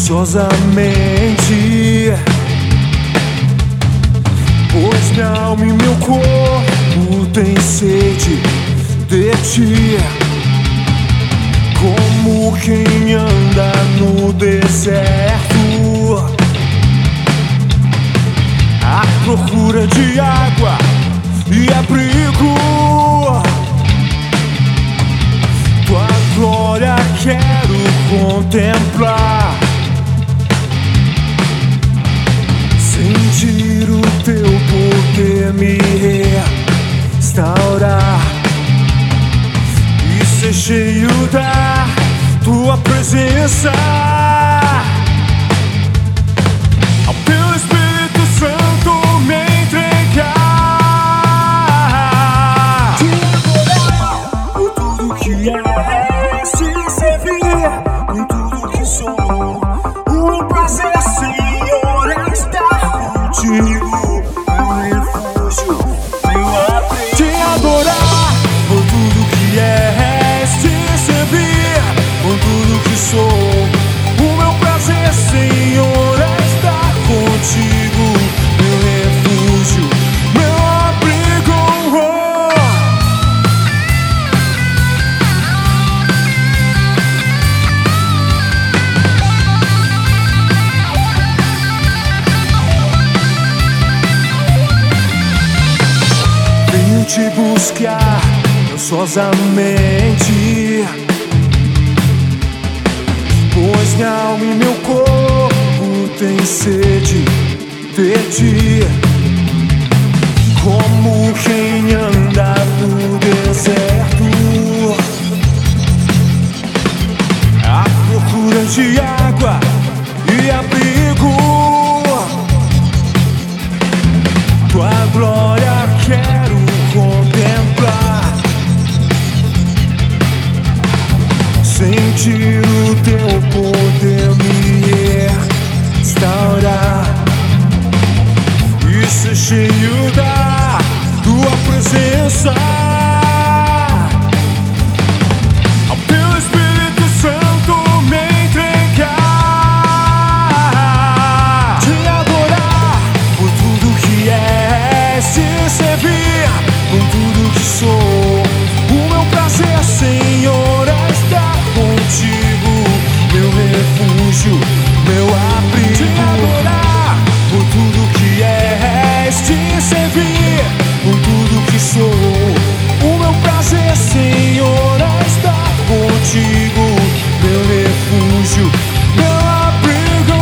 ansiosamente, pois minha alma e meu corpo têm sede de ti, como quem anda no deserto à procura de água e abrigo. Tua glória quero contemplar, sentir o teu poder me restaurar e ser cheio da tua presença. Ao teu Espírito Santo me entregar, te adorar por tudo que és, te servir com tudo que sou. Um prazer, Senhor, é estar contigo, meu refúgio, meu abrigo. Te adorar por tudo que és, te servir com tudo que sou. O meu prazer, Senhor, é estar contigo, meu refúgio, meu abrigo. Venho te buscar ansiosamente, pois minha alma e meu corpo têm sede de ti, como quem anda no deserto à procura de água e abrigo. Tua glória quero contemplar, sentir o teu poder me restaurar e ser cheio da tua presença. Ao teu Espírito Santo me entregar, te adorar por tudo que és, te servir com tudo que sou. O meu prazer, Senhor, é estar contigo, meu refúgio, meu abrigo. Te adorar por tudo que és, te servir com tudo que sou. O meu prazer, Senhor, é estar contigo, meu refúgio, meu abrigo.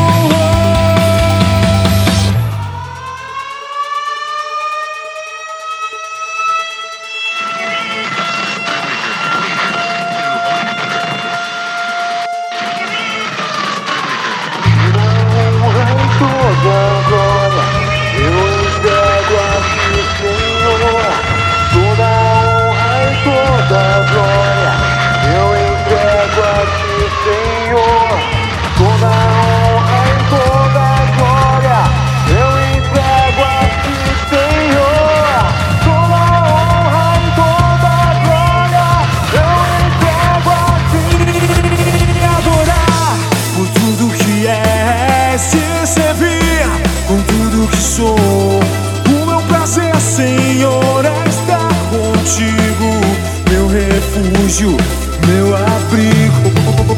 Toda glória eu entrego a ti, Senhor. Toda honra e toda glória eu entrego a ti, Senhor. Toda honra e toda glória eu entrego a ti, Senhor. Toda honra e toda glória eu entrego a ti. Adorar por tudo que és, te servir com tudo que sou. O meu prazer, Senhor, é estar contigo, meu refúgio, meu abrigo.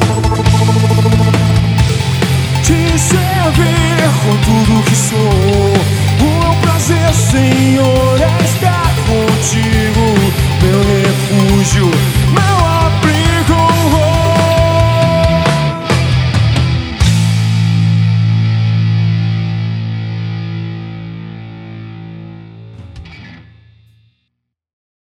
Te servir com tudo que sou. O meu prazer, Senhor, é estar contigo.